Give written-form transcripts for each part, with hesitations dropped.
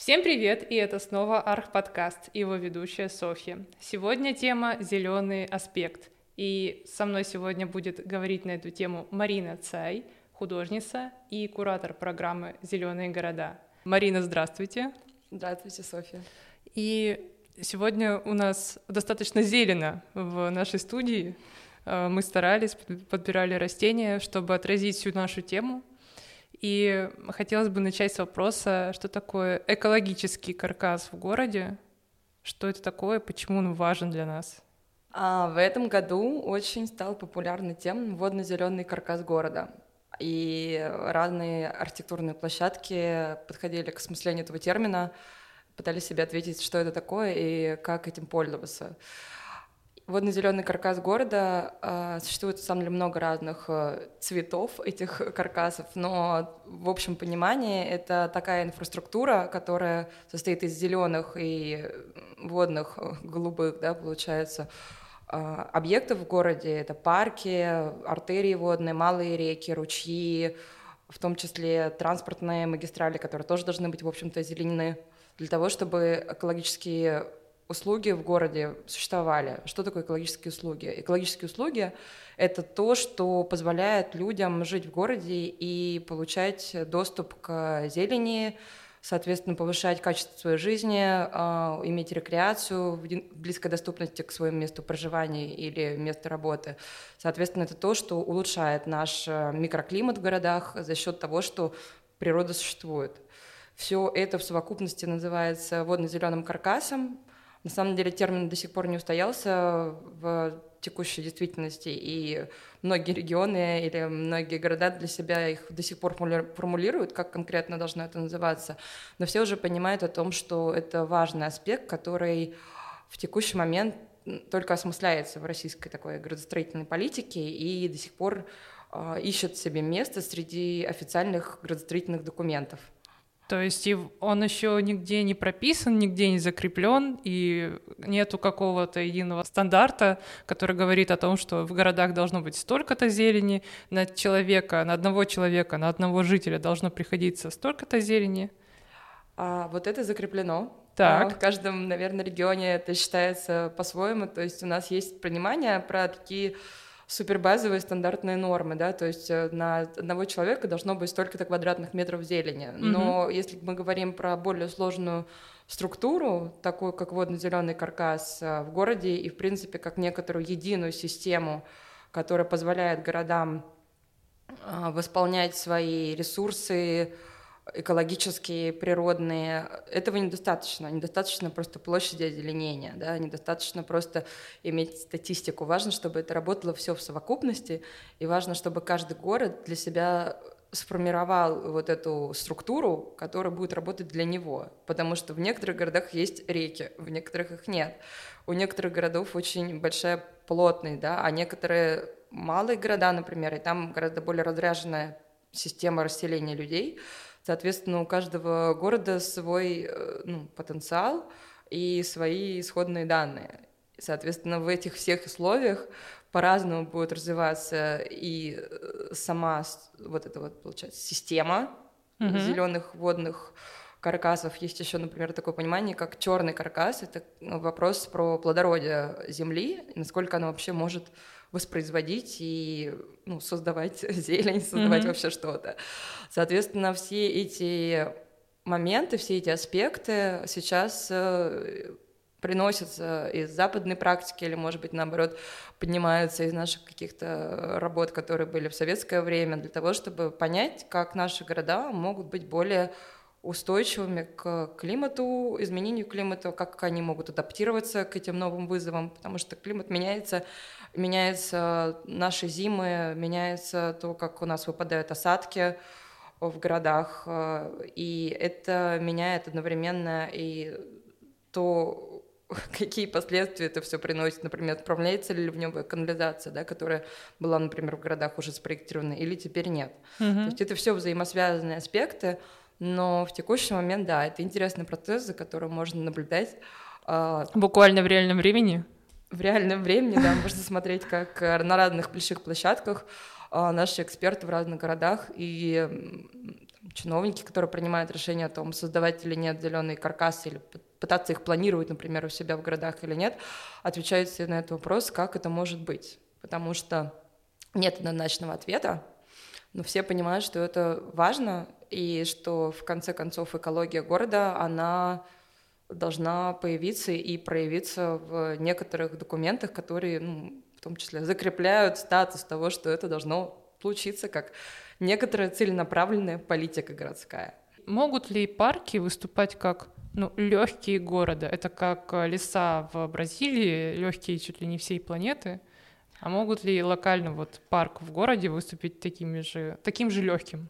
Всем привет, и это снова Арх-подкаст, его ведущая Софья. Сегодня тема «Зеленый аспект», и со мной сегодня будет говорить на эту тему Марина Цай, художница и куратор программы «Зеленые города». Марина, здравствуйте. Здравствуйте, Софья. И сегодня у нас достаточно зелено в нашей студии. Мы старались, подбирали растения, чтобы отразить всю нашу тему. И хотелось бы начать с вопроса, что такое экологический каркас в городе, что это такое, почему он важен для нас? В этом году очень стал популярной тема водно-зеленый каркас города. И разные архитектурные площадки подходили к осмыслению этого термина, пытались себе ответить, что это такое и как этим пользоваться. Водно-зеленый каркас города, существует, на самом деле, много разных цветов этих каркасов, но в общем понимании это такая инфраструктура, которая состоит из зеленых и водных, голубых, да, получается, объектов в городе. Это парки, артерии водные, малые реки, ручьи, в том числе транспортные магистрали, которые тоже должны быть, в общем-то, озеленены для того, чтобы экологические услуги в городе существовали. Что такое экологические услуги? Экологические услуги — это то, что позволяет людям жить в городе и получать доступ к зелени, соответственно, повышать качество своей жизни, иметь рекреацию в близкой доступности к своему месту проживания или месту работы. Соответственно, это то, что улучшает наш микроклимат в городах за счет того, что природа существует. Все это в совокупности называется водно-зеленым каркасом. На самом деле термин до сих пор не устоялся в текущей действительности, и многие регионы или многие города для себя их до сих пор формулируют, как конкретно должно это называться, но все уже понимают о том, что это важный аспект, который в текущий момент только осмысляется в российской такой градостроительной политике и до сих пор ищет себе место среди официальных градостроительных документов. То есть он еще нигде не прописан, нигде не закреплен, и нету какого-то единого стандарта, который говорит о том, что в городах должно быть столько-то зелени, на одного человека, на одного жителя должно приходиться столько-то зелени. Вот это закреплено. Так. В каждом, наверное, регионе это считается по-своему. То есть у нас есть понимание про такие супербазовые стандартные нормы, да, то есть на одного человека должно быть столько-то квадратных метров зелени. Но если мы говорим про более сложную структуру, такую как водно-зеленый каркас в городе и, в принципе, как некоторую единую систему, которая позволяет городам восполнять свои ресурсы экологические, природные, этого недостаточно. Недостаточно просто площади озеленения, да? Недостаточно просто иметь статистику. Важно, чтобы это работало все в совокупности, и важно, чтобы каждый город для себя сформировал вот эту структуру, которая будет работать для него. Потому что в некоторых городах есть реки, в некоторых их нет. У некоторых городов очень большая плотность, да? А некоторые малые города, например, и там гораздо более разряженная система расселения людей. Соответственно, у каждого города свой потенциал и свои исходные данные. Соответственно, в этих всех условиях по-разному будет развиваться и сама вот эта вот, получается, система зеленых водных каркасов. Есть еще, например, такое понимание, как черный каркас. Это вопрос про плодородие земли, насколько она вообще может воспроизводить и создавать зелень, создавать вообще что-то. Соответственно, все эти моменты, все эти аспекты сейчас приносятся из западной практики или, может быть, наоборот, поднимаются из наших каких-то работ, которые были в советское время, для того, чтобы понять, как наши города могут быть более устойчивыми к климату, изменению климата, как они могут адаптироваться к этим новым вызовам, потому что климат меняется наши зимы, меняется то, как у нас выпадают осадки в городах, и это меняет одновременно и то, какие последствия это все приносит, например, отправляется ли в него канализация, да, которая была, например, в городах уже спроектирована, или теперь нет. То есть это все взаимосвязанные аспекты, но в текущий момент, да, это интересный процесс, за которым можно наблюдать. Буквально в реальном времени? В реальном времени, да, можно смотреть, как на разных больших площадках наши эксперты в разных городах и чиновники, которые принимают решение о том, создавать или нет зеленые каркасы, или пытаться их планировать, например, у себя в городах или нет, отвечают себе на этот вопрос, как это может быть. Потому что нет однозначного ответа, но все понимают, что это важно, и что в конце концов экология города, она должна появиться и проявиться в некоторых документах, которые, в том числе, закрепляют статус того, что это должно случиться как некоторая целенаправленная политика городская. Могут ли парки выступать как легкие города? Это как леса в Бразилии, легкие чуть ли не всей планеты. А могут ли локально парк в городе выступить таким же легким?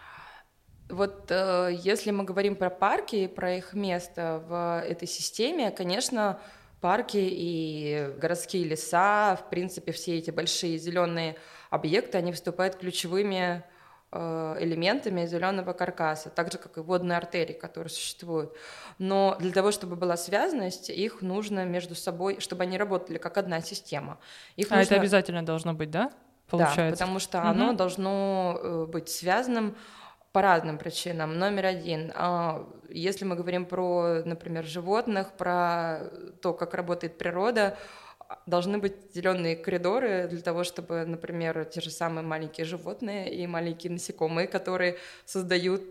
Если мы говорим про парки и про их место в этой системе, конечно, парки и городские леса, в принципе, все эти большие зеленые объекты, они выступают ключевыми элементами зеленого каркаса, так же, как и водные артерии, которые существуют. Но для того, чтобы была связанность, их нужно между собой, чтобы они работали как одна система. Это обязательно должно быть, да? Получается? Да, потому что оно должно быть связанным по разным причинам. Номер один, если мы говорим про, например, животных, про то, как работает природа, должны быть зеленые коридоры для того, чтобы, например, те же самые маленькие животные и маленькие насекомые, которые создают,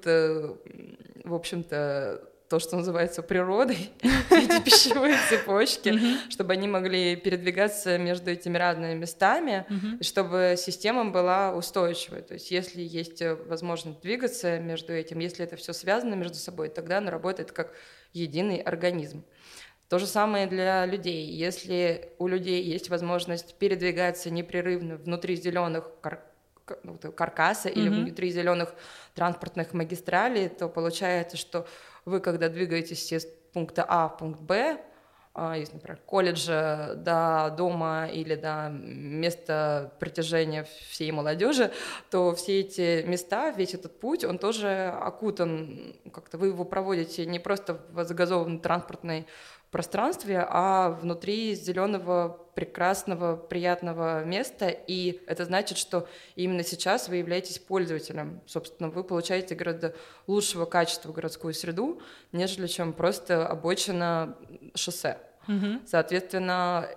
в общем-то, то, что называется природой, эти пищевые цепочки, чтобы они могли передвигаться между этими разными местами, и чтобы система была устойчивой. То есть если есть возможность двигаться между этим, если это все связано между собой, тогда оно работает как единый организм. То же самое для людей. Если у людей есть возможность передвигаться непрерывно внутри зеленых каркаса или внутри зеленых транспортных магистралей, то получается, что вы, когда двигаетесь из пункта А в пункт Б, из, например, колледжа до дома или до места притяжения всей молодежи, то все эти места, весь этот путь, он тоже окутан, как-то вы его проводите не просто в загазованной транспортной пространстве, а внутри зеленого, прекрасного, приятного места. И это значит, что именно сейчас вы являетесь пользователем. Собственно, вы получаете гораздо лучшего качества городскую среду, нежели чем просто обочина шоссе. Соответственно,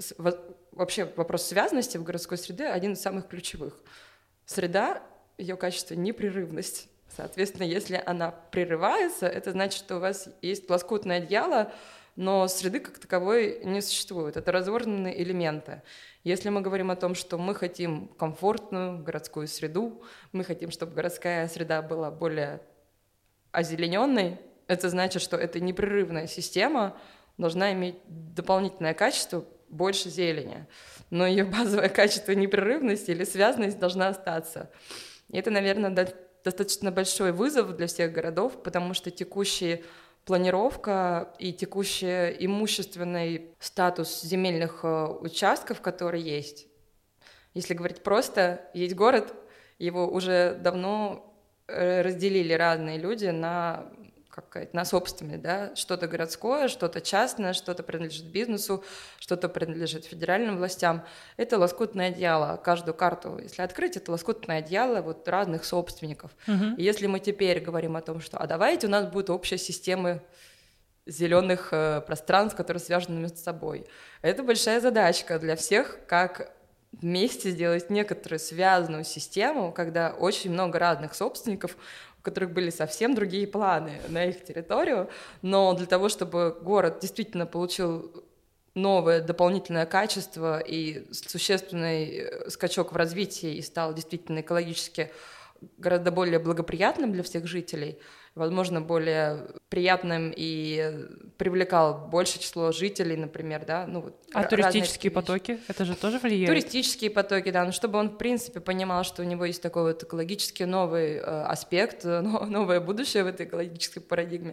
вообще вопрос связанности в городской среде один из самых ключевых. Среда, ее качество — непрерывность. Соответственно, если она прерывается, это значит, что у вас есть лоскутное одеяло, но среды как таковой не существует. Это разорванные элементы. Если мы говорим о том, что мы хотим комфортную городскую среду, мы хотим, чтобы городская среда была более озелененной, это значит, что эта непрерывная система должна иметь дополнительное качество, больше зелени. Но ее базовое качество непрерывности или связанность должна остаться. И это, наверное, достаточно большой вызов для всех городов, потому что текущая планировка и текущий имущественный статус земельных участков, которые есть. Если говорить просто, есть город, его уже давно разделили разные люди на собственные, да, что-то городское, что-то частное, что-то принадлежит бизнесу, что-то принадлежит федеральным властям. Это лоскутное одеяло. Каждую карту, если открыть, это лоскутное одеяло разных собственников. И если мы теперь говорим о том, что давайте у нас будет общая система зеленых пространств, которые связаны между собой. Это большая задачка для всех, как вместе сделать некоторую связанную систему, когда очень много разных собственников, у которых были совсем другие планы на их территорию, но для того, чтобы город действительно получил новое дополнительное качество и существенный скачок в развитии и стал действительно экологически гораздо более благоприятным для всех жителей, возможно, более приятным и привлекал большее число жителей, например, да. А туристические потоки, это же тоже влияет? Туристические потоки, да, но чтобы он, в принципе, понимал, что у него есть такой экологический новый аспект, новое будущее в этой экологической парадигме,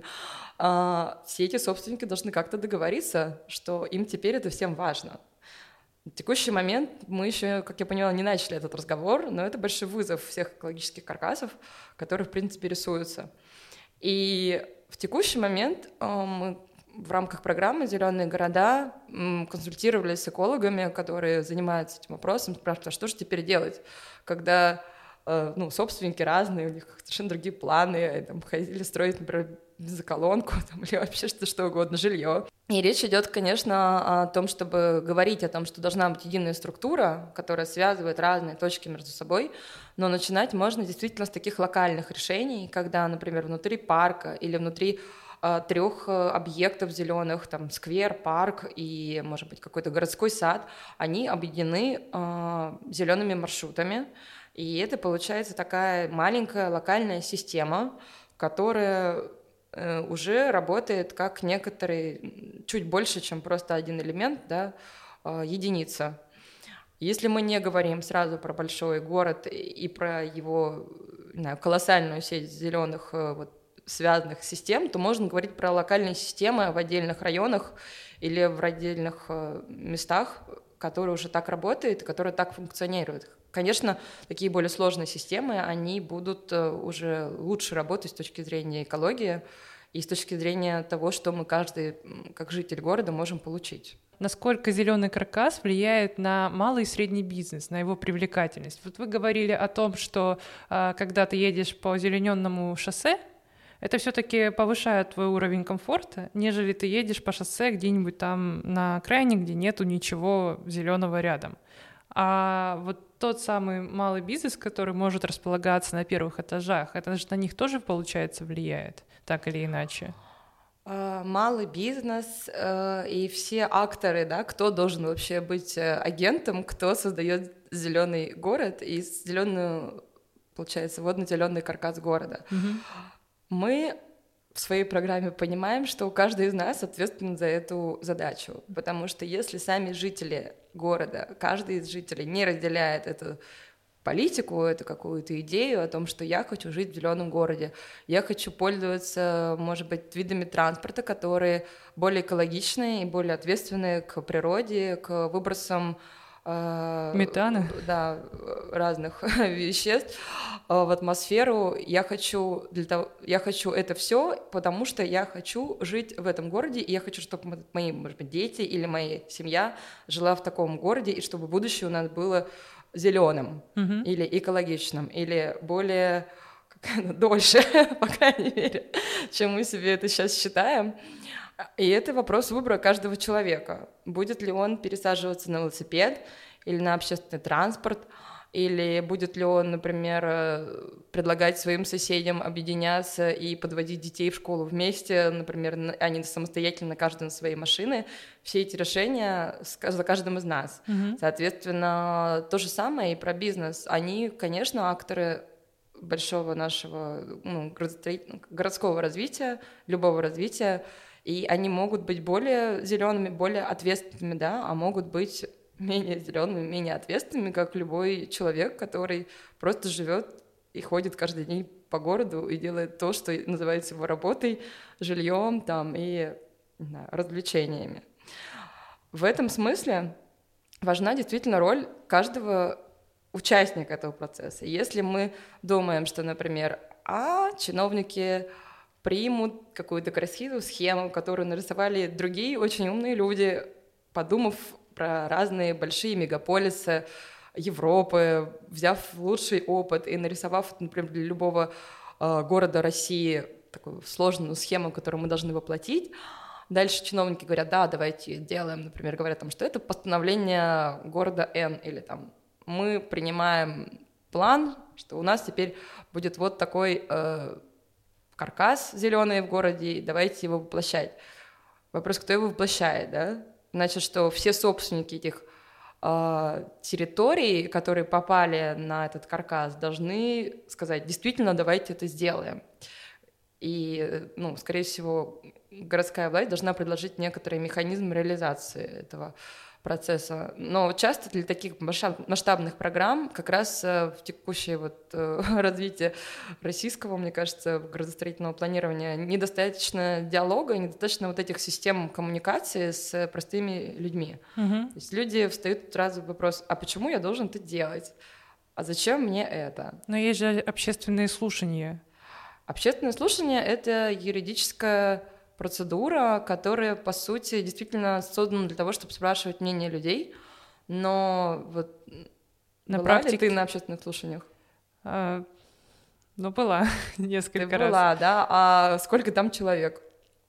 все эти собственники должны как-то договориться, что им теперь это всем важно. В текущий момент мы еще, как я поняла, не начали этот разговор, но это большой вызов всех экологических каркасов, которые, в принципе, рисуются. И в текущий момент мы в рамках программы «Зеленые города» консультировались с экологами, которые занимаются этим вопросом, спрашивают, а что же теперь делать, когда собственники разные, у них совершенно другие планы, там, хотели строить, например, бензоколонку там, или вообще что угодно, жилье. И речь идет, конечно, о том, чтобы говорить о том, что должна быть единая структура, которая связывает разные точки между собой, но начинать можно действительно с таких локальных решений, когда, например, внутри парка или внутри 3 объектов зеленых, там сквер, парк и, может быть, какой-то городской сад, они объединены зелеными маршрутами, и это получается такая маленькая локальная система, которая уже работает как некоторый, чуть больше, чем просто один элемент, да, единица. Если мы не говорим сразу про большой город и про его, не знаю, колоссальную сеть зеленых связанных систем, то можно говорить про локальные системы в отдельных районах или в отдельных местах, которые уже так работают, которые так функционируют. Конечно, такие более сложные системы, они будут уже лучше работать с точки зрения экологии и с точки зрения того, что мы каждый, как житель города, можем получить. Насколько зеленый каркас влияет на малый и средний бизнес, на его привлекательность? Вот вы говорили о том, что когда ты едешь по озелененному шоссе, это все-таки повышает твой уровень комфорта, нежели ты едешь по шоссе где-нибудь там на окраине, где нету ничего зеленого рядом. А вот тот самый малый бизнес, который может располагаться на первых этажах, это же на них тоже, получается, влияет, так или иначе? Малый бизнес и все акторы, да, кто должен вообще быть агентом, кто создает зеленый город и зеленую, получается, водно-зеленый каркас города. Мы в своей программе понимаем, что каждый из нас ответственен за эту задачу, потому что если сами жители города, каждый из жителей не разделяет эту политику, эту какую-то идею о том, что я хочу жить в зеленом городе, я хочу пользоваться, может быть, видами транспорта, которые более экологичные и более ответственные к природе, к выбросам метана, да, разных веществ в атмосферу. Я хочу это все, потому что я хочу жить в этом городе, и я хочу, чтобы мои, может быть, дети или моя семья жила в таком городе, и чтобы будущее у нас было зеленым или экологичным, или более дольше, по крайней мере, чем мы себе это сейчас считаем. И это вопрос выбора каждого человека. Будет ли он пересаживаться на велосипед или на общественный транспорт, или будет ли он, например, предлагать своим соседям объединяться и подводить детей в школу вместе, например, а не самостоятельно каждый на своей машины. Все эти решения за каждым из нас. Соответственно, то же самое и про бизнес. Они, конечно, акторы большого нашего городского развития, любого развития, и они могут быть более зелеными, более ответственными, да, а могут быть менее зелеными, менее ответственными, как любой человек, который просто живет и ходит каждый день по городу и делает то, что называется его работой, жильем там и развлечениями. В этом смысле важна действительно роль каждого участника этого процесса. Если мы думаем, что, например, чиновники примут какую-то красивую схему, которую нарисовали другие очень умные люди, подумав про разные большие мегаполисы Европы, взяв лучший опыт и нарисовав, например, для любого города России такую сложную схему, которую мы должны воплотить. Дальше чиновники говорят, да, давайте делаем, например, говорят, там, что это постановление города N, или там мы принимаем план, что у нас теперь будет вот такой каркас зеленый в городе, и давайте его воплощать. Вопрос, кто его воплощает, да? Значит, что все собственники этих территорий, которые попали на этот каркас, должны сказать, действительно, давайте это сделаем. И, скорее всего, городская власть должна предложить некоторый механизм реализации этого процесса. Но часто для таких масштабных программ как раз в текущее развитие российского, мне кажется, градостроительного планирования недостаточно диалога, недостаточно этих систем коммуникации с простыми людьми. То есть люди встают сразу вопрос, а почему я должен это делать? А зачем мне это? Но есть же общественные слушания. Общественное слушание — это юридическая процедура, которая, по сути, действительно создана для того, чтобы спрашивать мнение людей, но на была практике ли ты на общественных слушаниях? Ну, была несколько раз. Ты была, да? А сколько там человек?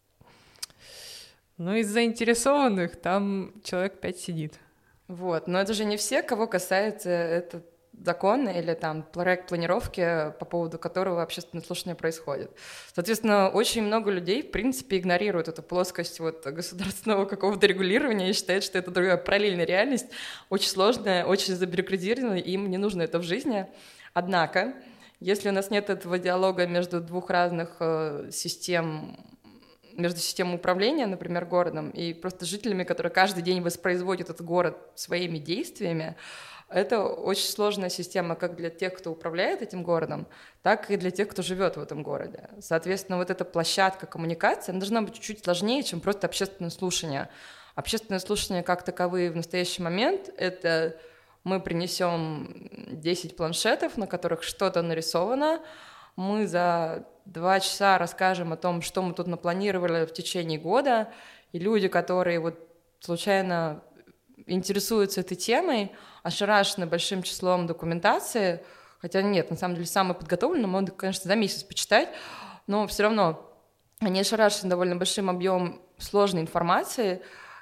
Ну, из заинтересованных там человек 5 сидит. Вот, но это же не все, кого касается этот закон или там проект планировки, по поводу которого общественное слушание происходит. Соответственно, очень много людей, в принципе, игнорируют эту плоскость вот государственного какого-то регулирования и считают, что это другая параллельная реальность, очень сложная, очень забюрократизированная, и им не нужно это в жизни. Однако, если у нас нет этого диалога между двух разных систем, между системой управления, например, городом, и просто жителями, которые каждый день воспроизводят этот город своими действиями, это очень сложная система как для тех, кто управляет этим городом, так и для тех, кто живет в этом городе. Соответственно, вот эта площадка коммуникации, она должна быть чуть-чуть сложнее, чем просто общественное слушание. Общественное слушание как таковые в настоящий момент — это мы принесем 10 планшетов, на которых что-то нарисовано, мы за 2 часа расскажем о том, что мы тут напланировали в течение года, и люди, которые вот случайно интересуются этой темой, ошарашены большим числом документации, хотя нет, на самом деле самый подготовленный можно, конечно, за месяц почитать, но все равно они ошарашены довольно большим объемом сложной информации,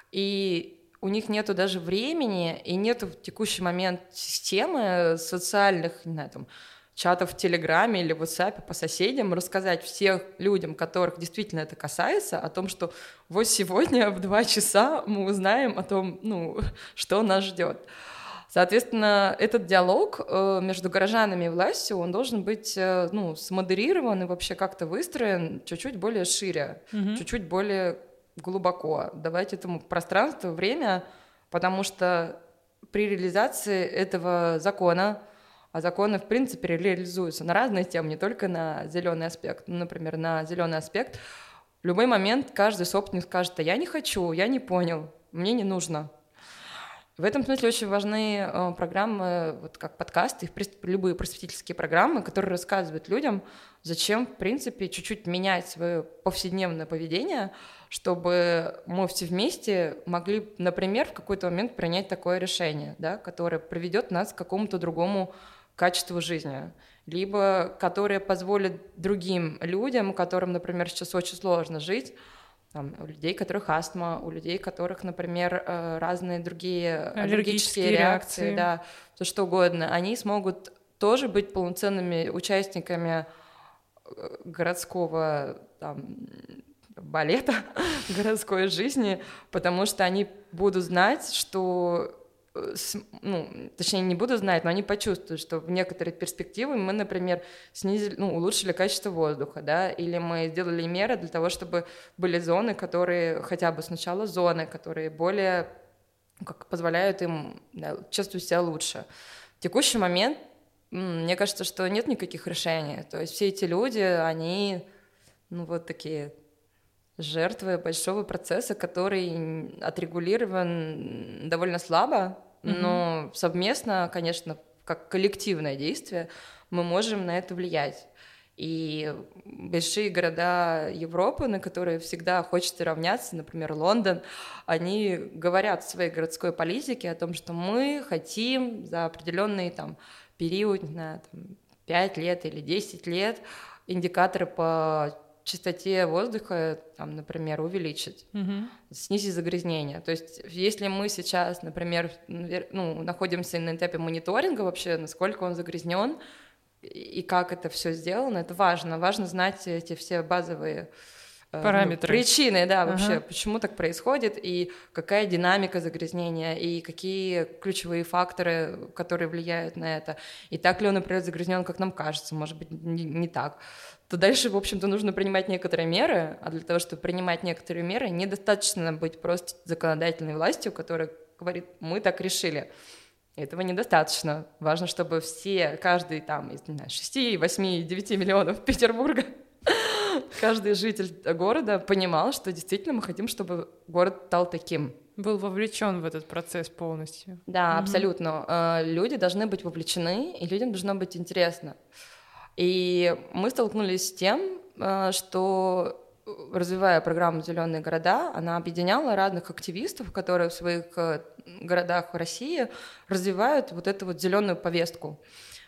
и у них нету даже времени, и нету в текущий момент системы социальных, не знаю, там, чатов в Телеграме или в WhatsApp по соседям, рассказать всем людям, которых действительно это касается, о том, что вот сегодня в 2 часа мы узнаем о том, что нас ждет. Соответственно, этот диалог между горожанами и властью, он должен быть смодерирован и вообще как-то выстроен чуть-чуть более шире, чуть-чуть более глубоко. Давать этому пространство, время, потому что при реализации этого закона, а законы, в принципе, реализуются на разные темы, не только на зеленый аспект. Например, на зеленый аспект в любой момент каждый собственник скажет: а я не хочу, я не понял, мне не нужно. В этом смысле очень важны программы, вот как подкасты, любые просветительские программы, которые рассказывают людям, зачем, в принципе, чуть-чуть менять свое повседневное поведение, чтобы мы все вместе могли, например, в какой-то момент принять такое решение, да, которое приведет нас к какому-то другому качеству жизни, либо которое позволит другим людям, которым, например, сейчас очень сложно жить, там, у людей, у которых астма, у людей, у которых, например, разные другие аллергические реакции, да, все что угодно, они смогут тоже быть полноценными участниками городского балета, городской жизни, потому что они будут знать, что точнее, не буду знать, но они почувствуют, что в некоторые перспективы мы, например, улучшили качество воздуха, да, или мы сделали меры для того, чтобы были зоны, которые, хотя бы сначала зоны, которые более, позволяют им, да, чувствовать себя лучше. В текущий момент, мне кажется, что нет никаких решений, то есть все эти люди, они, вот такие жертвы большого процесса, который отрегулирован довольно слабо, но совместно, конечно, как коллективное действие, мы можем на это влиять. И большие города Европы, на которые всегда хочется равняться, например, Лондон, они говорят в своей городской политике о том, что мы хотим за определенный период, 5 лет или 10 лет индикаторы по чистоте воздуха, например, увеличить, снизить загрязнение. То есть если мы сейчас, например, находимся на этапе мониторинга вообще, насколько он загрязнен и как это все сделано, это важно. Важно знать эти все базовые параметры, причины, да, вообще, почему так происходит, и какая динамика загрязнения, и какие ключевые факторы, которые влияют на это. И так ли он, например, загрязнен, как нам кажется, может быть, не так. То дальше, в общем-то, нужно принимать некоторые меры, а для того, чтобы принимать некоторые меры, недостаточно быть просто законодательной властью, которая говорит: мы так решили. Этого недостаточно. Важно, чтобы каждый из 6, 8, 9 миллионов Петербурга, каждый житель города понимал, что действительно мы хотим, чтобы город стал таким. Был вовлечен в этот процесс полностью. Да, абсолютно. Люди должны быть вовлечены, и людям должно быть интересно. И мы столкнулись с тем, что, развивая программу «Зеленые города», она объединяла разных активистов, которые в своих городах в России развивают вот эту вот зеленую повестку.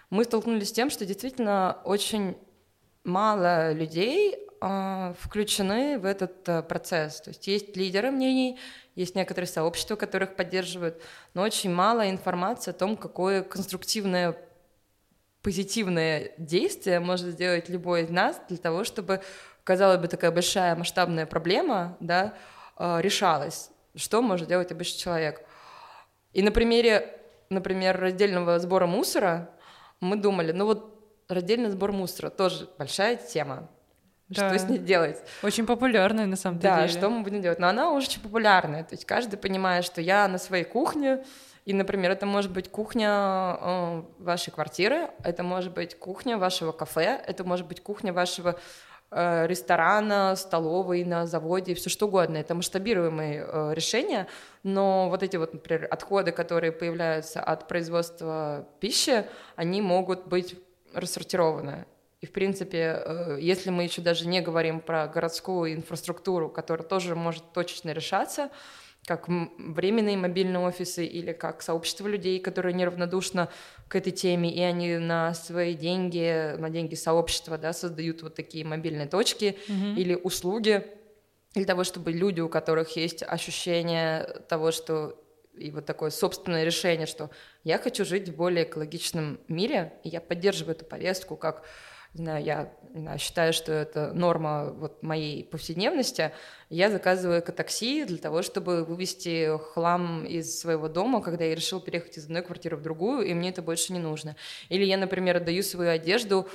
мы столкнулись с тем, что действительно очень мало людей включены в этот процесс. То есть лидеры мнений, есть некоторые сообщества, которых поддерживают, но очень мало информации о том, какое конструктивное, позитивное действие может сделать любой из нас для того, чтобы, казалось бы, такая большая масштабная проблема, да, решалась. Что может делать обычный человек? И на примере, например, раздельного сбора мусора мы думали, раздельный сбор мусора тоже большая тема. Да. Что с ней делать? Очень популярная на самом деле. Да, что мы будем делать? Но она очень популярная. То есть каждый понимает, что я на своей кухне, и, например, это может быть кухня вашей квартиры, это может быть кухня вашего кафе, это может быть кухня вашего ресторана, столовой, на заводе, все что угодно. Это масштабируемые решения, но вот эти вот, например, отходы, которые появляются от производства пищи, они могут быть рассортированы. И, в принципе, если мы еще даже не говорим про городскую инфраструктуру, которая тоже может точечно решаться, как временные мобильные офисы или как сообщество людей, которые неравнодушны к этой теме, и они на свои деньги, на деньги сообщества, да, создают вот такие мобильные точки или услуги для того, чтобы люди, у которых есть ощущение того, что и вот такое собственное решение, что я хочу жить в более экологичном мире, и я поддерживаю эту повестку как... Я считаю, что это норма вот моей повседневности. Я заказываю экотакси для того, чтобы вывести хлам из своего дома, когда я решил переехать из одной квартиры в другую, и мне это больше не нужно. Или я, например, отдаю свою одежду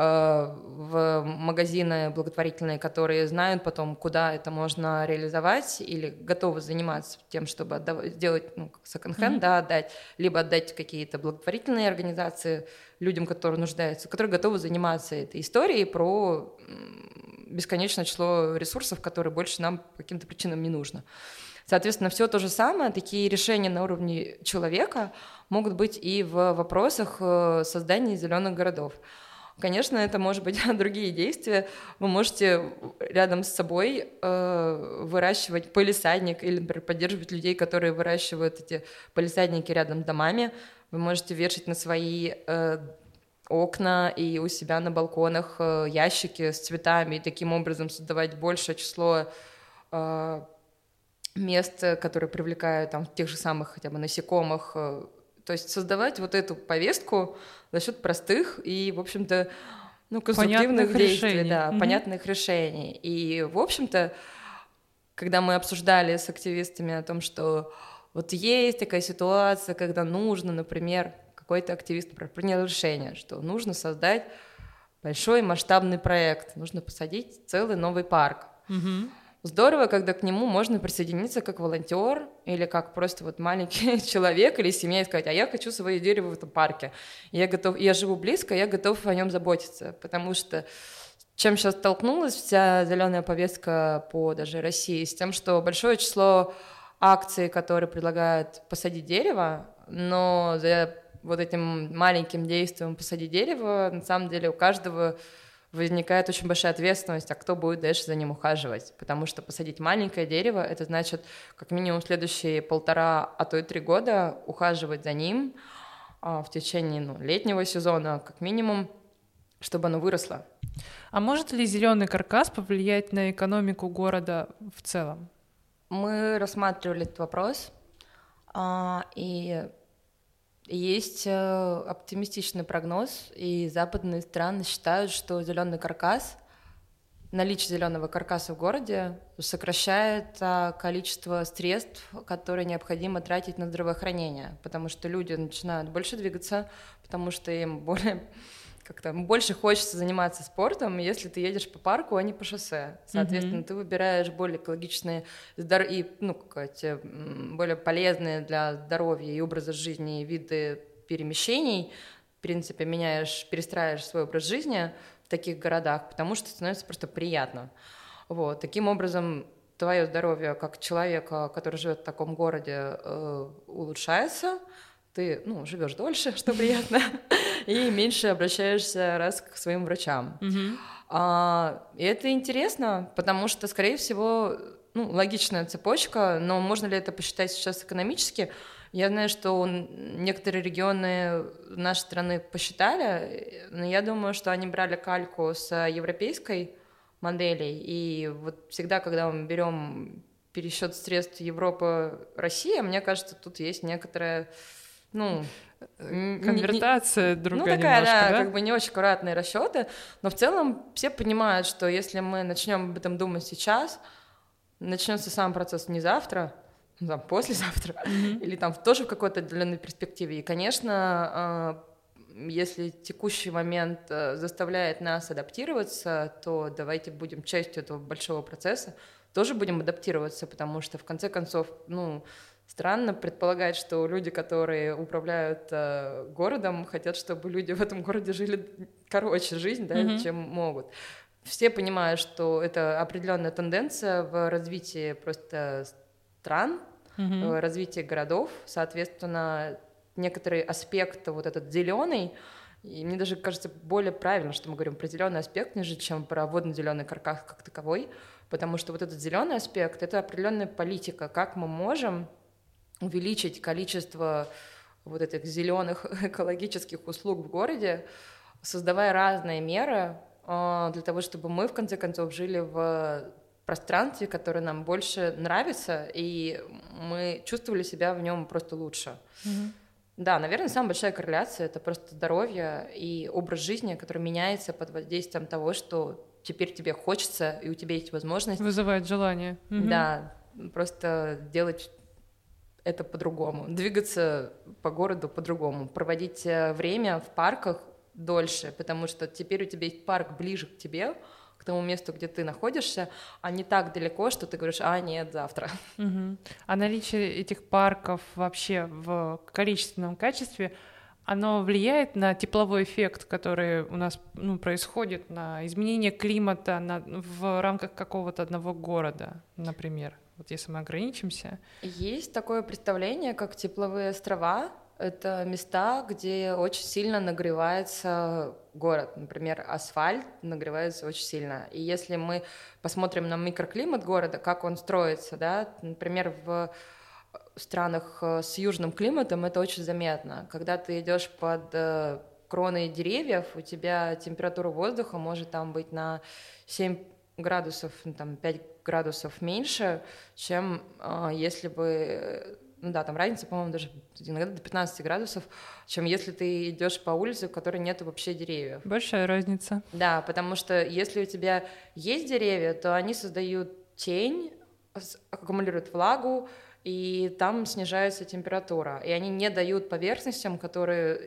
в магазины благотворительные, которые знают потом, куда это можно реализовать, или готовы заниматься тем, чтобы сделать секонд-хенд, да, отдать, либо отдать какие-то благотворительные организации людям, которые нуждаются, которые готовы заниматься этой историей про бесконечное число ресурсов, которые больше нам по каким-то причинам не нужно. Соответственно, все то же самое, такие решения на уровне человека могут быть и в вопросах создания зеленых городов. Конечно, это может быть другие действия. Вы можете рядом с собой выращивать палисадник или, например, поддерживать людей, которые выращивают эти палисадники рядом с домами. Вы можете вешать на свои окна и у себя на балконах ящики с цветами и таким образом создавать большее число мест, которые привлекают там, тех же самых хотя бы насекомых. То есть создавать вот эту повестку за счет простых и, в общем-то, конструктивных понятных действий, понятных решений. И, в общем-то, когда мы обсуждали с активистами о том, что вот есть такая ситуация, когда нужно, например, какой-то активист принял решение, что нужно создать большой масштабный проект, нужно посадить целый новый парк. Здорово, когда к нему можно присоединиться как волонтер или как просто вот маленький человек или семья и сказать, а я хочу свое дерево в этом парке. Я живу близко, я готов о нем заботиться, потому что чем сейчас столкнулась вся зеленая повестка по даже России, с тем, что большое число акций, которые предлагают посадить дерево, но за вот этим маленьким действием посадить дерево, на самом деле у каждого возникает очень большая ответственность, а кто будет дальше за ним ухаживать. Потому что посадить маленькое дерево, это значит как минимум следующие 1,5, а то и 3 года ухаживать за ним в течение летнего сезона, как минимум, чтобы оно выросло. А может ли зеленый каркас повлиять на экономику города в целом? Мы рассматривали этот вопрос, и есть оптимистичный прогноз, и западные страны считают, что зеленый каркас, наличие зеленого каркаса в городе сокращает количество средств, которые необходимо тратить на здравоохранение, потому что люди начинают больше двигаться, потому что им больше хочется заниматься спортом, если ты едешь по парку, а не по шоссе. Соответственно, ты выбираешь более экологичные и более полезные для здоровья и образа жизни виды перемещений. В принципе, перестраиваешь свой образ жизни в таких городах, потому что становится просто приятно. Вот. Таким образом, твое здоровье как человека, который живет в таком городе, улучшается. Ты живешь дольше, что приятно, и меньше обращаешься раз к своим врачам. И это интересно, потому что, скорее всего, логичная цепочка, но можно ли это посчитать сейчас экономически? Я знаю, что некоторые регионы нашей страны посчитали, но я думаю, что они брали кальку с европейской модели, и вот всегда, когда мы берем пересчет средств Европа-Россия, мне кажется, тут есть некоторая, конвертация другая такая, немножко, да? как бы не очень аккуратные расчеты, но в целом все понимают, что если мы начнем об этом думать сейчас, начнется сам процесс не завтра, там, послезавтра, или там тоже в какой-то отдаленной перспективе. И, конечно, если текущий момент заставляет нас адаптироваться, то давайте будем частью этого большого процесса, тоже будем адаптироваться, потому что, в конце концов, странно предполагать, что люди, которые управляют городом, хотят, чтобы люди в этом городе жили короче жизнь, да, чем могут. Все понимают, что это определенная тенденция в развитии просто стран, в развитии городов, соответственно, некоторый аспект вот этот зеленый, и мне даже кажется более правильно, что мы говорим про зеленый аспект, нежели чем про водно-зеленый каркас как таковой, потому что вот этот зеленый аспект — это определенная политика, как мы можем увеличить количество вот этих зеленых экологических услуг в городе, создавая разные меры для того, чтобы мы, в конце концов, жили в пространстве, которое нам больше нравится, и мы чувствовали себя в нем просто лучше. Да, наверное, самая большая корреляция — это просто здоровье и образ жизни, который меняется под воздействием того, что теперь тебе хочется, и у тебя есть возможность. Вызывает желание. Да, просто делать это по-другому, двигаться по городу по-другому, проводить время в парках дольше, потому что теперь у тебя есть парк ближе к тебе, к тому месту, где ты находишься, а не так далеко, что ты говоришь: нет, завтра. А наличие этих парков вообще в количественном качестве, оно влияет на тепловой эффект, который у нас происходит, на изменение климата в рамках какого-то одного города, например? Вот если мы ограничимся. Есть такое представление, как тепловые острова. Это места, где очень сильно нагревается город. Например, асфальт нагревается очень сильно. И если мы посмотрим на микроклимат города, как он строится, да, например, в странах с южным климатом это очень заметно. Когда ты идешь под кроной деревьев, у тебя температура воздуха может там быть на 7 градусов, там 5 градусов меньше, чем если бы... там разница, по-моему, даже иногда до 15 градусов, чем если ты идешь по улице, в которой нет вообще деревьев. Большая разница. Да, потому что если у тебя есть деревья, то они создают тень, аккумулируют влагу, и там снижается температура. И они не дают поверхностям, которые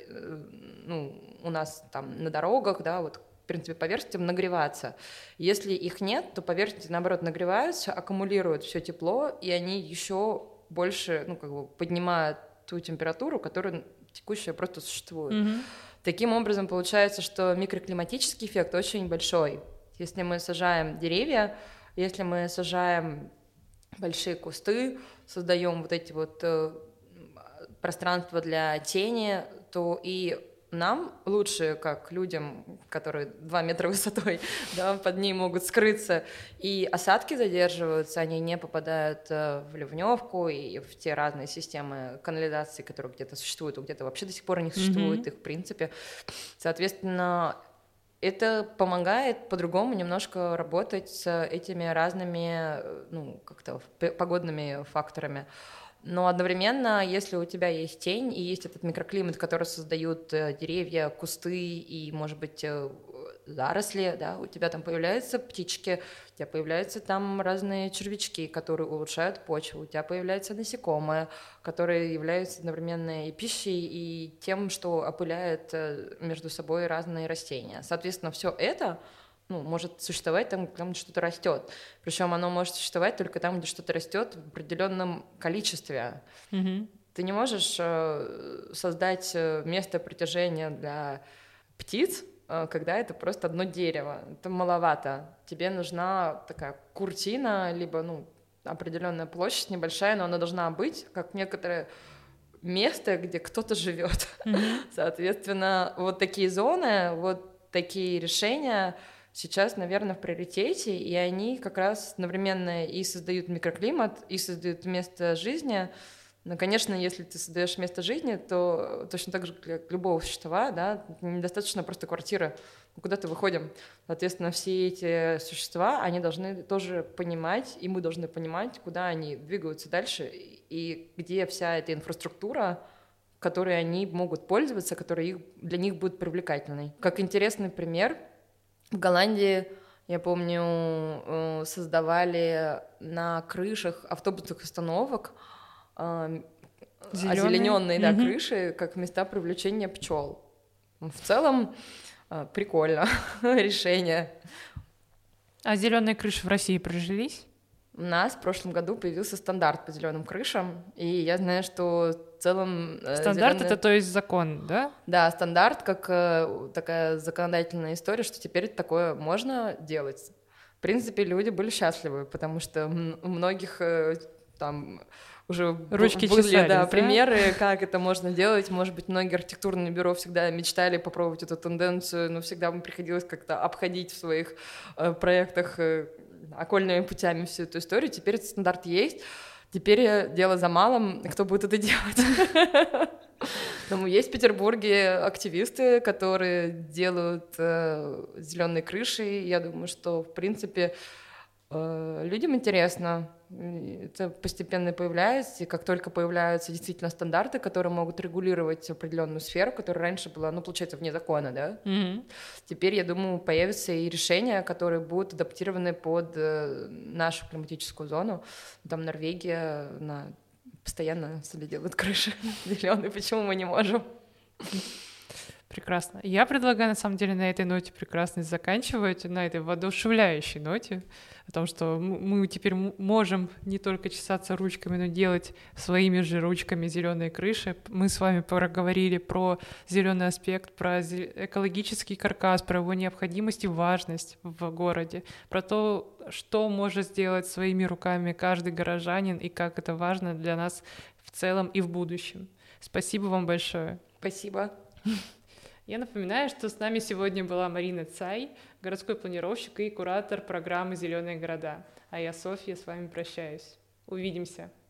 у нас там на дорогах, да, вот, в принципе, поверхностям нагреваться. Если их нет, то поверхности, наоборот, нагреваются, аккумулируют все тепло, и они еще больше, поднимают ту температуру, которая текущая просто существует. Таким образом, получается, что микроклиматический эффект очень большой. Если мы сажаем деревья, если мы сажаем большие кусты, создаем вот эти вот пространства для тени, то и нам лучше, как людям, которые 2 метра высотой, да, под ней могут скрыться, и осадки задерживаются, они не попадают в ливневку и в те разные системы канализации, которые где-то существуют, а где-то вообще до сих пор не существует их в принципе. Соответственно, это помогает по-другому немножко работать с этими разными, как-то погодными факторами. Но одновременно, если у тебя есть тень и есть этот микроклимат, который создают деревья, кусты и, может быть, заросли, да, у тебя там появляются птички, у тебя появляются там разные червячки, которые улучшают почву, у тебя появляются насекомые, которые являются одновременно и пищей, и тем, что опыляет между собой разные растения. Соответственно, все это может существовать там, где что-то растет. Причем оно может существовать только там, где что-то растет в определенном количестве. Ты не можешь создать место притяжения для птиц, когда это просто одно дерево. Это маловато. Тебе нужна такая куртина, либо определенная площадь небольшая, но она должна быть, как некоторое место, где кто-то живет. Соответственно, вот такие зоны, вот такие решения сейчас, наверное, в приоритете, и они как раз одновременно и создают микроклимат, и создают место жизни, Но, конечно, если ты создаешь место жизни, то точно так же, как любого существа, да, недостаточно просто квартиры, мы куда-то выходим. Соответственно, все эти существа, они должны тоже понимать, и мы должны понимать, куда они двигаются дальше, и где вся эта инфраструктура, которой они могут пользоваться, которая для них будет привлекательной. Как интересный пример, в Голландии, я помню, создавали на крышах автобусных остановок озелененные, да, крыши, как места привлечения пчел. В целом прикольно решение. А зеленые крыши в России прижились? У нас в прошлом году появился стандарт по зеленым крышам, и я знаю, что в целом... Стандарт это то есть закон, да? Да, стандарт как такая законодательная история, что теперь такое можно делать. В принципе, люди были счастливы, потому что у многих там уже ручки были, чесались, да, примеры, как это можно делать. Может быть, многие архитектурные бюро всегда мечтали попробовать эту тенденцию, но всегда им приходилось как-то обходить в своих проектах окольными путями всю эту историю. Теперь этот стандарт есть. Теперь дело за малым, кто будет это делать. Но есть в Петербурге активисты, которые делают зеленые крыши. Я думаю, что, в принципе, людям интересно. Это постепенно появляется, и как только появляются действительно стандарты, которые могут регулировать определенную сферу, которая раньше была, ну, получается, вне закона, да? Теперь, я думаю, появятся и решения, которые будут адаптированы под нашу климатическую зону. Там Норвегия постоянно себе делает крыши зеленые, почему мы не можем? Прекрасно. Я предлагаю, на самом деле, на этой ноте прекрасно заканчивать, на этой воодушевляющей ноте, о том, что мы теперь можем не только чесаться ручками, но делать своими же ручками зеленые крыши. Мы с вами проговорили про зеленый аспект, про экологический каркас, про его необходимость и важность в городе, про то, что может сделать своими руками каждый горожанин и как это важно для нас в целом и в будущем. Спасибо вам большое. Спасибо. Я напоминаю, что с нами сегодня была Марина Цай, городской планировщик и куратор программы «Зеленые города». А я, Софья, с вами прощаюсь. Увидимся.